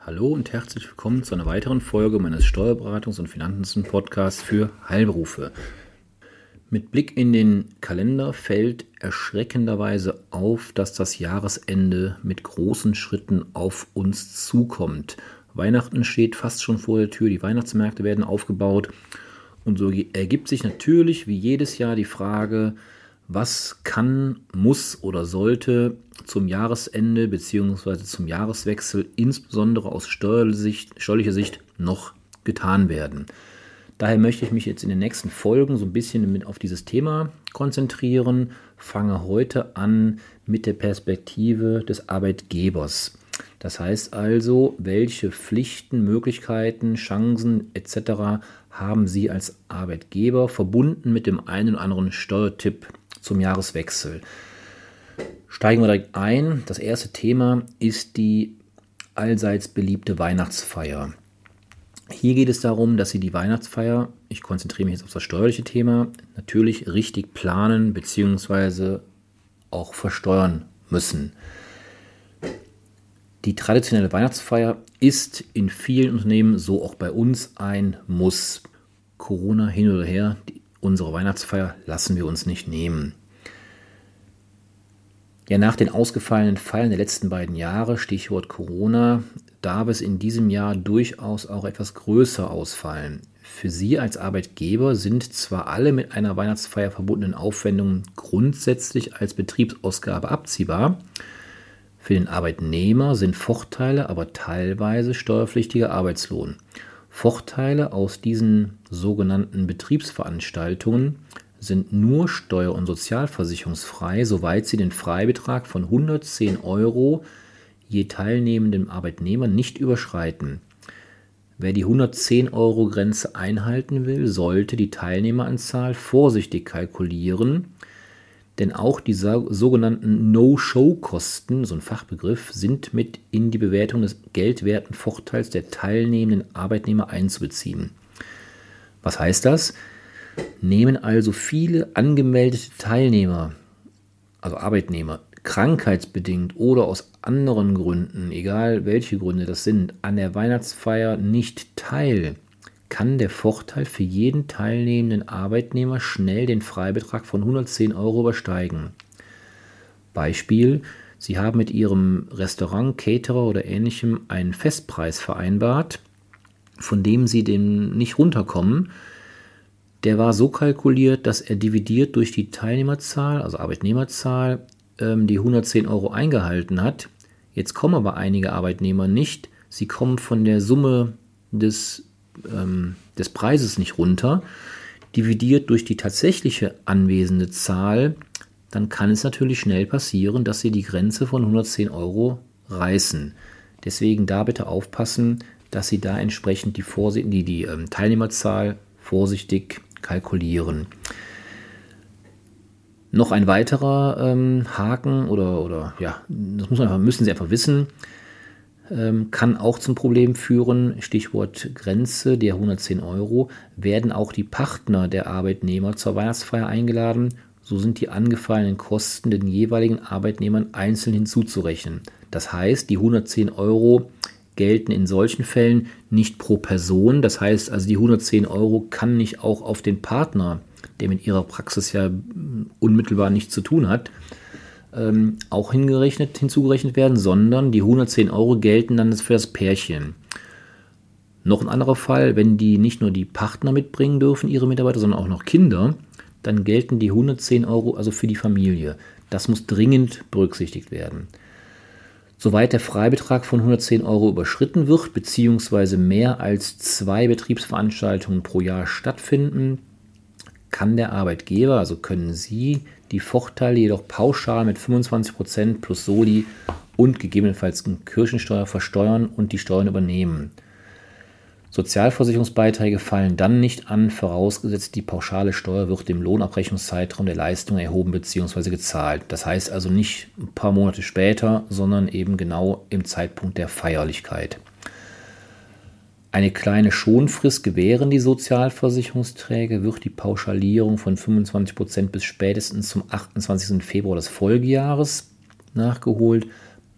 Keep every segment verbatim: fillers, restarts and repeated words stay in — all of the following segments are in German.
Hallo und herzlich willkommen zu einer weiteren Folge meines Steuerberatungs- und Finanzen-Podcasts für Heilberufe. Mit Blick in den Kalender fällt erschreckenderweise auf, dass das Jahresende mit großen Schritten auf uns zukommt. Weihnachten steht fast schon vor der Tür, die Weihnachtsmärkte werden aufgebaut und so ergibt sich natürlich wie jedes Jahr die Frage, was kann, muss oder sollte zum Jahresende bzw. zum Jahreswechsel insbesondere aus steuerlicher Sicht noch getan werden. Daher möchte ich mich jetzt in den nächsten Folgen so ein bisschen mit auf dieses Thema konzentrieren, fange heute an mit der Perspektive des Arbeitgebers. Das heißt also, welche Pflichten, Möglichkeiten, Chancen et cetera haben Sie als Arbeitgeber verbunden mit dem einen oder anderen Steuertipp zum Jahreswechsel. Steigen wir direkt ein. Das erste Thema ist die allseits beliebte Weihnachtsfeier. Hier geht es darum, dass Sie die Weihnachtsfeier, ich konzentriere mich jetzt auf das steuerliche Thema, natürlich richtig planen bzw. auch versteuern müssen. Die traditionelle Weihnachtsfeier ist in vielen Unternehmen, so auch bei uns, ein Muss. Corona hin oder her, die, unsere Weihnachtsfeier lassen wir uns nicht nehmen. Ja, nach den ausgefallenen Feiern der letzten beiden Jahre, Stichwort Corona, darf es in diesem Jahr durchaus auch etwas größer ausfallen. Für Sie als Arbeitgeber sind zwar alle mit einer Weihnachtsfeier verbundenen Aufwendungen grundsätzlich als Betriebsausgabe abziehbar, für den Arbeitnehmer sind Vorteile aber teilweise steuerpflichtiger Arbeitslohn. Vorteile aus diesen sogenannten Betriebsveranstaltungen sind nur steuer- und sozialversicherungsfrei, soweit sie den Freibetrag von hundertzehn Euro je teilnehmendem Arbeitnehmer nicht überschreiten. Wer die hundertzehn Euro Grenze einhalten will, sollte die Teilnehmeranzahl vorsichtig kalkulieren, denn auch die sogenannten No-Show-Kosten, so ein Fachbegriff, sind mit in die Bewertung des geldwerten Vorteils der teilnehmenden Arbeitnehmer einzubeziehen. Was heißt das? Nehmen also viele angemeldete Teilnehmer, also Arbeitnehmer, krankheitsbedingt oder aus anderen Gründen, egal welche Gründe das sind, an der Weihnachtsfeier nicht teil, kann der Vorteil für jeden teilnehmenden Arbeitnehmer schnell den Freibetrag von hundertzehn Euro übersteigen. Beispiel: Sie haben mit Ihrem Restaurant, Caterer oder Ähnlichem einen Festpreis vereinbart, von dem Sie dem nicht runterkommen. Der war so kalkuliert, dass er dividiert durch die Teilnehmerzahl, also Arbeitnehmerzahl, die hundertzehn Euro eingehalten hat. Jetzt kommen aber einige Arbeitnehmer nicht. Sie kommen von der Summe des, ähm, des Preises nicht runter. Dividiert durch die tatsächliche anwesende Zahl, dann kann es natürlich schnell passieren, dass Sie die Grenze von hundertzehn Euro reißen. Deswegen da bitte aufpassen, dass Sie da entsprechend die, Vorsicht, die, die ähm, Teilnehmerzahl vorsichtig kalkulieren. Noch ein weiterer ähm, Haken oder, oder ja, das muss man einfach, müssen Sie einfach wissen, ähm, kann auch zum Problem führen, Stichwort Grenze der hundertzehn Euro, werden auch die Partner der Arbeitnehmer zur Weihnachtsfeier eingeladen, so sind die angefallenen Kosten den jeweiligen Arbeitnehmern einzeln hinzuzurechnen. Das heißt, die hundertzehn Euro gelten in solchen Fällen nicht pro Person. Das heißt also, die hundertzehn Euro kann nicht auch auf den Partner, der mit ihrer Praxis ja unmittelbar nichts zu tun hat, ähm, auch hingerechnet, hinzugerechnet werden, sondern die hundertzehn Euro gelten dann für das Pärchen. Noch ein anderer Fall, wenn die nicht nur die Partner mitbringen dürfen, ihre Mitarbeiter, sondern auch noch Kinder, dann gelten die hundertzehn Euro also für die Familie. Das muss dringend berücksichtigt werden. Soweit der Freibetrag von hundertzehn Euro überschritten wird, beziehungsweise mehr als zwei Betriebsveranstaltungen pro Jahr stattfinden, kann der Arbeitgeber, also können Sie, die Vorteile jedoch pauschal mit fünfundzwanzig Prozent plus Soli und gegebenenfalls Kirchensteuer versteuern und die Steuern übernehmen. Sozialversicherungsbeiträge fallen dann nicht an, vorausgesetzt die pauschale Steuer wird im Lohnabrechnungszeitraum der Leistung erhoben bzw. gezahlt. Das heißt also nicht ein paar Monate später, sondern eben genau im Zeitpunkt der Feierlichkeit. Eine kleine Schonfrist gewähren die Sozialversicherungsträger, wird die Pauschalierung von fünfundzwanzig Prozent bis spätestens zum achtundzwanzigsten Februar des Folgejahres nachgeholt.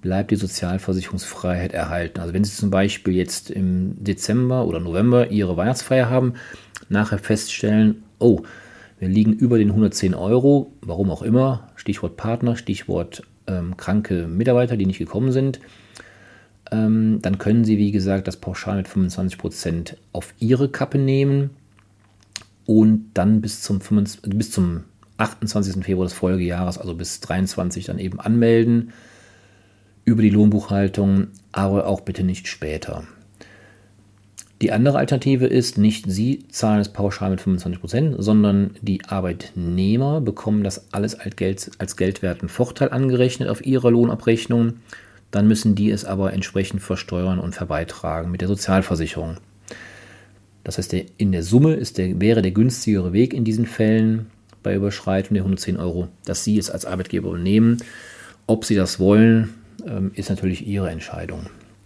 bleibt die Sozialversicherungsfreiheit erhalten. Also wenn Sie zum Beispiel jetzt im Dezember oder November Ihre Weihnachtsfeier haben, nachher feststellen, oh, wir liegen über den hundertzehn Euro, warum auch immer, Stichwort Partner, Stichwort ähm, kranke Mitarbeiter, die nicht gekommen sind, ähm, dann können Sie, wie gesagt, das pauschal mit fünfundzwanzig Prozent auf Ihre Kappe nehmen und dann bis zum, fünfundzwanzigsten, bis zum achtundzwanzigsten Februar des Folgejahres, also bis dreiundzwanzig, dann eben anmelden über die Lohnbuchhaltung, aber auch bitte nicht später. Die andere Alternative ist, nicht Sie zahlen es pauschal mit fünfundzwanzig Prozent, sondern die Arbeitnehmer bekommen das alles als, Geld, als geldwerten Vorteil angerechnet auf ihre Lohnabrechnung. Dann müssen die es aber entsprechend versteuern und verbeitragen mit der Sozialversicherung. Das heißt, in der Summe ist der, wäre der günstigere Weg in diesen Fällen bei Überschreitung der hundertzehn Euro, dass Sie es als Arbeitgeber übernehmen. Ob Sie das wollen, ist natürlich Ihre Entscheidung.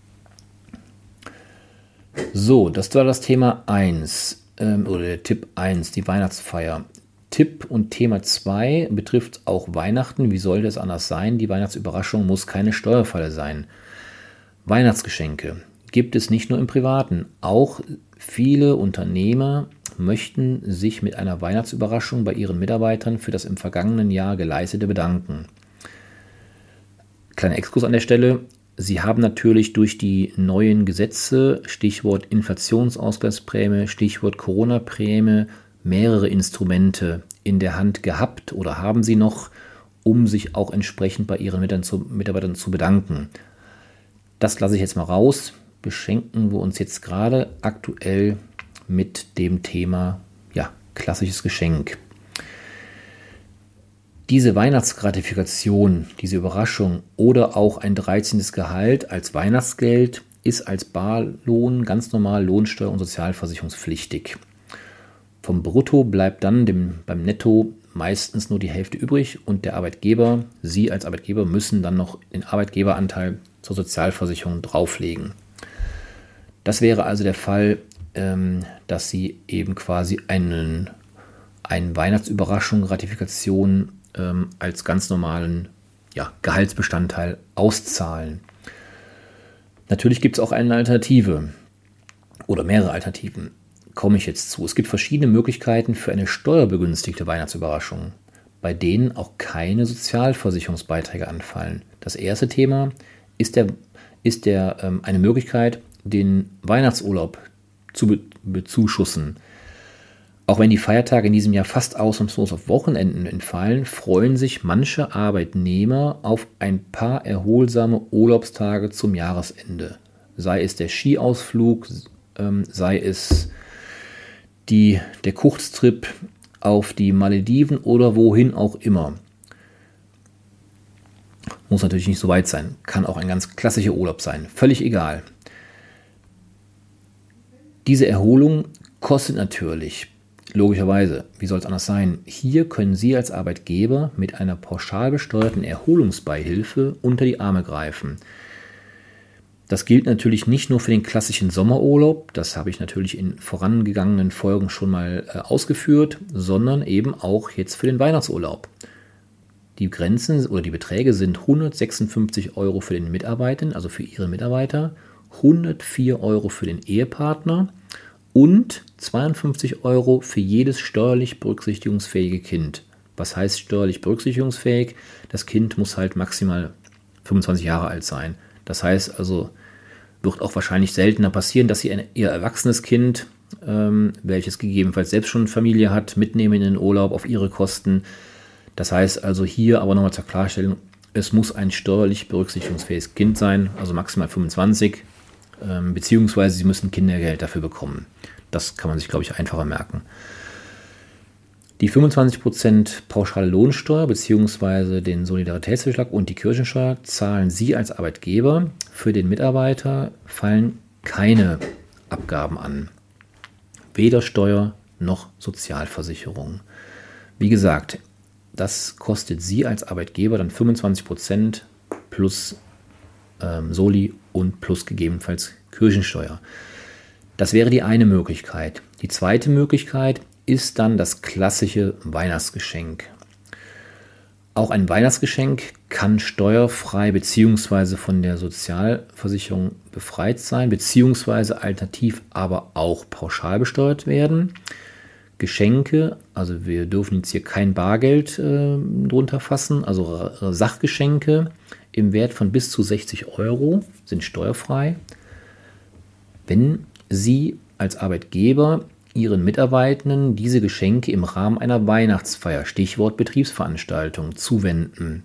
So, das war das Thema eins ähm, oder der Tipp eins, die Weihnachtsfeier. Tipp und Thema zwei betrifft auch Weihnachten. Wie sollte es anders sein? Die Weihnachtsüberraschung muss keine Steuerfalle sein. Weihnachtsgeschenke gibt es nicht nur im Privaten. Auch viele Unternehmer möchten sich mit einer Weihnachtsüberraschung bei ihren Mitarbeitern für das im vergangenen Jahr Geleistete bedanken. Kleiner Exkurs an der Stelle. Sie haben natürlich durch die neuen Gesetze, Stichwort Inflationsausgleichsprämie, Stichwort Corona-Prämie, mehrere Instrumente in der Hand gehabt oder haben Sie noch, um sich auch entsprechend bei Ihren Mitarbeitern zu bedanken. Das lasse ich jetzt mal raus. Beschenken wir uns jetzt gerade aktuell mit dem Thema, ja, klassisches Geschenk. Diese Weihnachtsgratifikation, diese Überraschung oder auch ein dreizehntes Gehalt als Weihnachtsgeld ist als Barlohn ganz normal lohnsteuer- und sozialversicherungspflichtig. Vom Brutto bleibt dann dem, beim Netto meistens nur die Hälfte übrig und der Arbeitgeber, Sie als Arbeitgeber müssen dann noch den Arbeitgeberanteil zur Sozialversicherung drauflegen. Das wäre also der Fall, ähm, dass Sie eben quasi einen, eine Weihnachtsüberraschung, Gratifikation ähm, als ganz normalen ja, Gehaltsbestandteil auszahlen. Natürlich gibt es auch eine Alternative oder mehrere Alternativen. Komme ich jetzt zu. Es gibt verschiedene Möglichkeiten für eine steuerbegünstigte Weihnachtsüberraschung, bei denen auch keine Sozialversicherungsbeiträge anfallen. Das erste Thema ist, der, ist der, ähm, eine Möglichkeit, den Weihnachtsurlaub zu be- bezuschussen. Auch wenn die Feiertage in diesem Jahr fast ausnahmslos auf Wochenenden entfallen, freuen sich manche Arbeitnehmer auf ein paar erholsame Urlaubstage zum Jahresende. Sei es der Skiausflug, ähm, sei es die, der Kurztrip auf die Malediven oder wohin auch immer. Muss natürlich nicht so weit sein, kann auch ein ganz klassischer Urlaub sein, völlig egal. Diese Erholung kostet natürlich, logischerweise, wie soll es anders sein? Hier können Sie als Arbeitgeber mit einer pauschal besteuerten Erholungsbeihilfe unter die Arme greifen. Das gilt natürlich nicht nur für den klassischen Sommerurlaub, das habe ich natürlich in vorangegangenen Folgen schon mal äh, ausgeführt, sondern eben auch jetzt für den Weihnachtsurlaub. Die Grenzen oder die Beträge sind hundertsechsundfünfzig Euro für den Mitarbeiter, also für Ihre Mitarbeiter, hundertvier Euro für den Ehepartner und zweiundfünfzig Euro für jedes steuerlich berücksichtigungsfähige Kind. Was heißt steuerlich berücksichtigungsfähig? Das Kind muss halt maximal fünfundzwanzig Jahre alt sein. Das heißt also, wird auch wahrscheinlich seltener passieren, dass Sie ein, Ihr erwachsenes Kind, ähm, welches gegebenenfalls selbst schon Familie hat, mitnehmen in den Urlaub auf Ihre Kosten. Das heißt also hier aber nochmal zur Klarstellung, es muss ein steuerlich berücksichtigungsfähiges Kind sein, also maximal fünfundzwanzig, ähm, beziehungsweise Sie müssen Kindergeld dafür bekommen. Das kann man sich, glaube ich, einfacher merken. Die fünfundzwanzig Prozent pauschale Lohnsteuer bzw. den Solidaritätszuschlag und die Kirchensteuer zahlen Sie als Arbeitgeber. Für den Mitarbeiter fallen keine Abgaben an. Weder Steuer noch Sozialversicherung. Wie gesagt, das kostet Sie als Arbeitgeber dann fünfundzwanzig Prozent plus ähm, Soli und plus gegebenenfalls Kirchensteuer. Das wäre die eine Möglichkeit. Die zweite Möglichkeit ist dann das klassische Weihnachtsgeschenk. Auch ein Weihnachtsgeschenk kann steuerfrei bzw. von der Sozialversicherung befreit sein, beziehungsweise alternativ aber auch pauschal besteuert werden. Geschenke, also wir dürfen jetzt hier kein Bargeld äh, drunter fassen, also äh, Sachgeschenke im Wert von bis zu sechzig Euro sind steuerfrei, wenn Sie als Arbeitgeber Ihren Mitarbeitenden diese Geschenke im Rahmen einer Weihnachtsfeier, Stichwort Betriebsveranstaltung, zuwenden.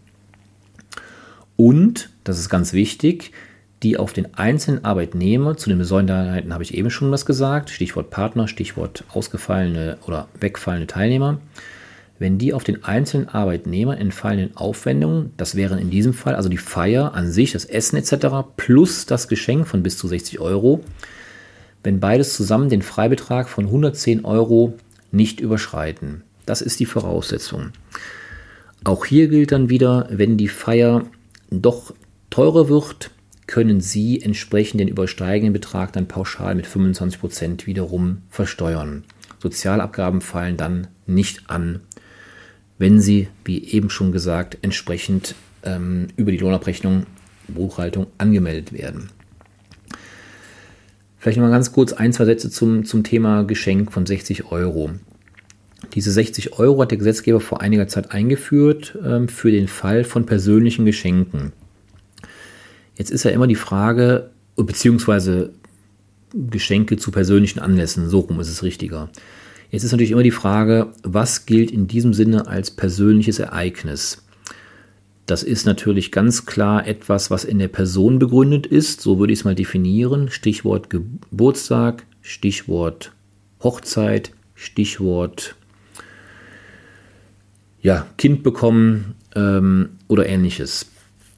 Und, das ist ganz wichtig, die auf den einzelnen Arbeitnehmer, zu den Besonderheiten habe ich eben schon was gesagt, Stichwort Partner, Stichwort ausgefallene oder wegfallende Teilnehmer, wenn die auf den einzelnen Arbeitnehmer entfallenden Aufwendungen, das wären in diesem Fall also die Feier an sich, das Essen et cetera plus das Geschenk von bis zu sechzig Euro, wenn beides zusammen den Freibetrag von hundertzehn Euro nicht überschreiten. Das ist die Voraussetzung. Auch hier gilt dann wieder, wenn die Feier doch teurer wird, können Sie entsprechend den übersteigenden Betrag dann pauschal mit fünfundzwanzig Prozent wiederum versteuern. Sozialabgaben fallen dann nicht an, wenn Sie, wie eben schon gesagt, entsprechend ähm, über die Lohnabrechnung, Buchhaltung angemeldet werden. Vielleicht noch mal ganz kurz ein, zwei Sätze zum, zum Thema Geschenk von sechzig Euro. Diese sechzig Euro hat der Gesetzgeber vor einiger Zeit eingeführt ähm, für den Fall von persönlichen Geschenken. Jetzt ist ja immer die Frage, beziehungsweise Geschenke zu persönlichen Anlässen, so rum ist es richtiger. Jetzt ist natürlich immer die Frage, was gilt in diesem Sinne als persönliches Ereignis? Das ist natürlich ganz klar etwas, was in der Person begründet ist, so würde ich es mal definieren. Stichwort Geburtstag, Stichwort Hochzeit, Stichwort ja, Kind bekommen ähm, oder ähnliches.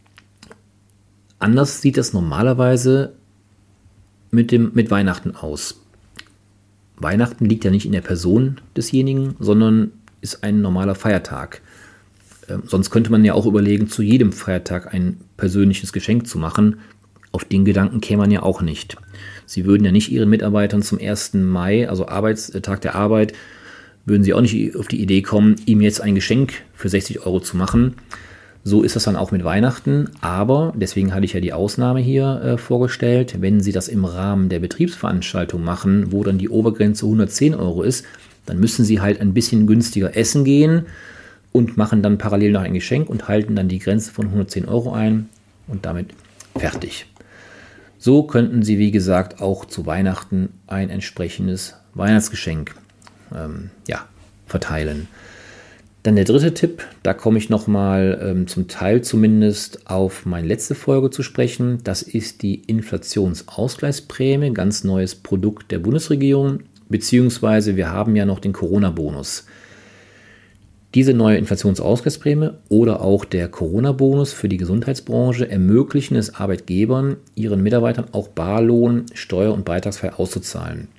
Anders sieht das normalerweise mit, dem, mit Weihnachten aus. Weihnachten liegt ja nicht in der Person desjenigen, sondern ist ein normaler Feiertag. Ähm, sonst könnte man ja auch überlegen, zu jedem Feiertag ein persönliches Geschenk zu machen. Auf den Gedanken käme man ja auch nicht. Sie würden ja nicht Ihren Mitarbeitern zum ersten Mai, also Arbeitstag der Arbeit, würden Sie auch nicht auf die Idee kommen, ihm jetzt ein Geschenk für sechzig Euro zu machen. So ist das dann auch mit Weihnachten, aber, deswegen hatte ich ja die Ausnahme hier äh, vorgestellt, wenn Sie das im Rahmen der Betriebsveranstaltung machen, wo dann die Obergrenze hundertzehn Euro ist, dann müssen Sie halt ein bisschen günstiger essen gehen und machen dann parallel noch ein Geschenk und halten dann die Grenze von hundertzehn Euro ein und damit fertig. So könnten Sie, wie gesagt, auch zu Weihnachten ein entsprechendes Weihnachtsgeschenk ähm, ja, verteilen. Dann der dritte Tipp, da komme ich nochmal ähm, zum Teil zumindest auf meine letzte Folge zu sprechen. Das ist die Inflationsausgleichsprämie, ganz neues Produkt der Bundesregierung, beziehungsweise wir haben ja noch den Corona-Bonus. Diese neue Inflationsausgleichsprämie oder auch der Corona-Bonus für die Gesundheitsbranche ermöglichen es Arbeitgebern, ihren Mitarbeitern auch Barlohn, steuer- und beitragsfrei auszuzahlen.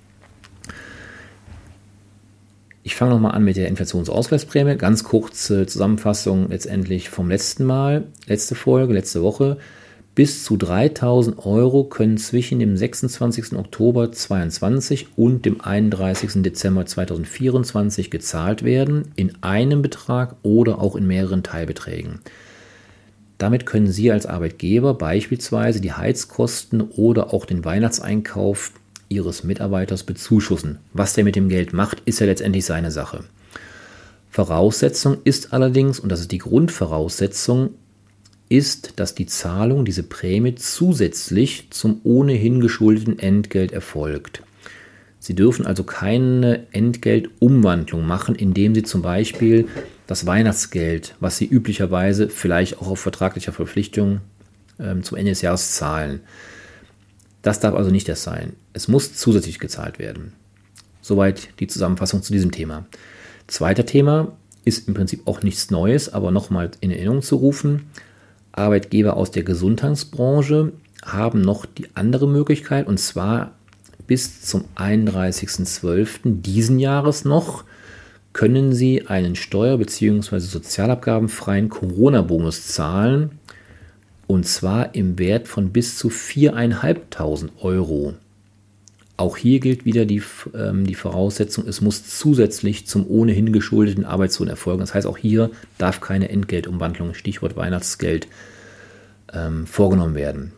Ich fange nochmal an mit der Inflationsausgleichsprämie. Ganz kurze Zusammenfassung letztendlich vom letzten Mal, letzte Folge, letzte Woche. Bis zu dreitausend Euro können zwischen dem sechsundzwanzigsten Oktober zweitausendzweiundzwanzig und dem einunddreißigsten Dezember zweitausendvierundzwanzig gezahlt werden, in einem Betrag oder auch in mehreren Teilbeträgen. Damit können Sie als Arbeitgeber beispielsweise die Heizkosten oder auch den Weihnachtseinkauf Ihres Mitarbeiters bezuschussen. Was der mit dem Geld macht, ist ja letztendlich seine Sache. Voraussetzung ist allerdings, und das ist die Grundvoraussetzung, ist, dass die Zahlung, diese Prämie, zusätzlich zum ohnehin geschuldeten Entgelt erfolgt. Sie dürfen also keine Entgeltumwandlung machen, indem Sie zum Beispiel das Weihnachtsgeld, was Sie üblicherweise vielleicht auch auf vertraglicher Verpflichtung ähm, zum Ende des Jahres zahlen. Das darf also nicht das sein. Es muss zusätzlich gezahlt werden. Soweit die Zusammenfassung zu diesem Thema. Zweiter Thema ist im Prinzip auch nichts Neues, aber nochmal in Erinnerung zu rufen. Arbeitgeber aus der Gesundheitsbranche haben noch die andere Möglichkeit, und zwar bis zum einunddreißigsten zwölften diesen Jahres noch, können Sie einen steuer- bzw. sozialabgabenfreien Corona-Bonus zahlen, und zwar im Wert von bis zu viertausendfünfhundert Euro. Auch hier gilt wieder die, ähm, die Voraussetzung, es muss zusätzlich zum ohnehin geschuldeten Arbeitslohn erfolgen. Das heißt, auch hier darf keine Entgeltumwandlung, Stichwort Weihnachtsgeld, ähm, vorgenommen werden.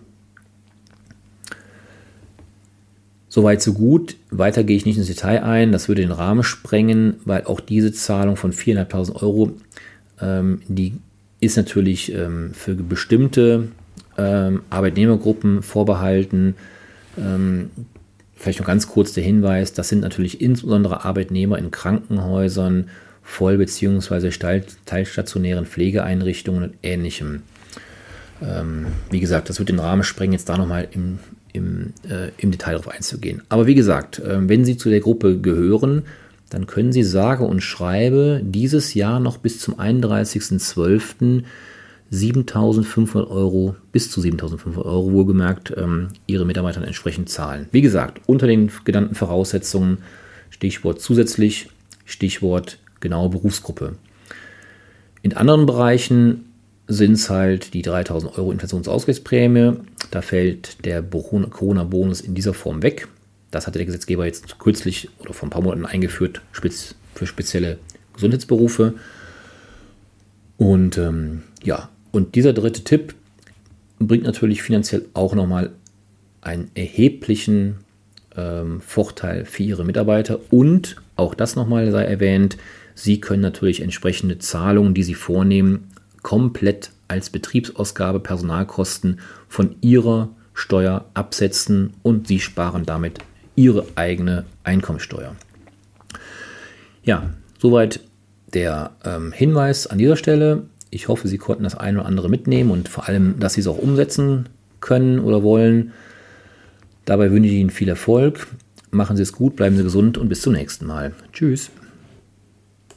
Soweit so gut. Weiter gehe ich nicht ins Detail ein. Das würde den Rahmen sprengen, weil auch diese Zahlung von viertausendfünfhundert Euro, ähm, die ist natürlich ähm, für bestimmte ähm, Arbeitnehmergruppen vorbehalten. Ähm, vielleicht noch ganz kurz der Hinweis, das sind natürlich insbesondere Arbeitnehmer in Krankenhäusern, voll- bzw. teilstationären Pflegeeinrichtungen und Ähnlichem. Ähm, wie gesagt, das wird den Rahmen sprengen, jetzt da nochmal im, im, äh, im Detail darauf einzugehen. Aber wie gesagt, äh, wenn Sie zu der Gruppe gehören, dann können Sie sage und schreibe dieses Jahr noch bis zum einunddreißigsten zwölften siebentausendfünfhundert Euro, bis zu siebentausendfünfhundert Euro wohlgemerkt, ähm, Ihre Mitarbeiter entsprechend zahlen. Wie gesagt, unter den genannten Voraussetzungen, Stichwort zusätzlich, Stichwort genaue Berufsgruppe. In anderen Bereichen sind es halt die dreitausend Euro Inflationsausgleichsprämie. Da fällt der Corona-Bonus in dieser Form weg. Das hatte der Gesetzgeber jetzt kürzlich oder vor ein paar Monaten eingeführt für spezielle Gesundheitsberufe. Und ähm, ja, und dieser dritte Tipp bringt natürlich finanziell auch nochmal einen erheblichen ähm, Vorteil für Ihre Mitarbeiter. Und auch das nochmal sei erwähnt, Sie können natürlich entsprechende Zahlungen, die Sie vornehmen, komplett als Betriebsausgabe, Personalkosten von Ihrer Steuer absetzen und Sie sparen damit Ihre eigene Einkommensteuer. Ja, soweit der ähm, Hinweis an dieser Stelle. Ich hoffe, Sie konnten das eine oder andere mitnehmen und vor allem, dass Sie es auch umsetzen können oder wollen. Dabei wünsche ich Ihnen viel Erfolg. Machen Sie es gut, bleiben Sie gesund und bis zum nächsten Mal. Tschüss.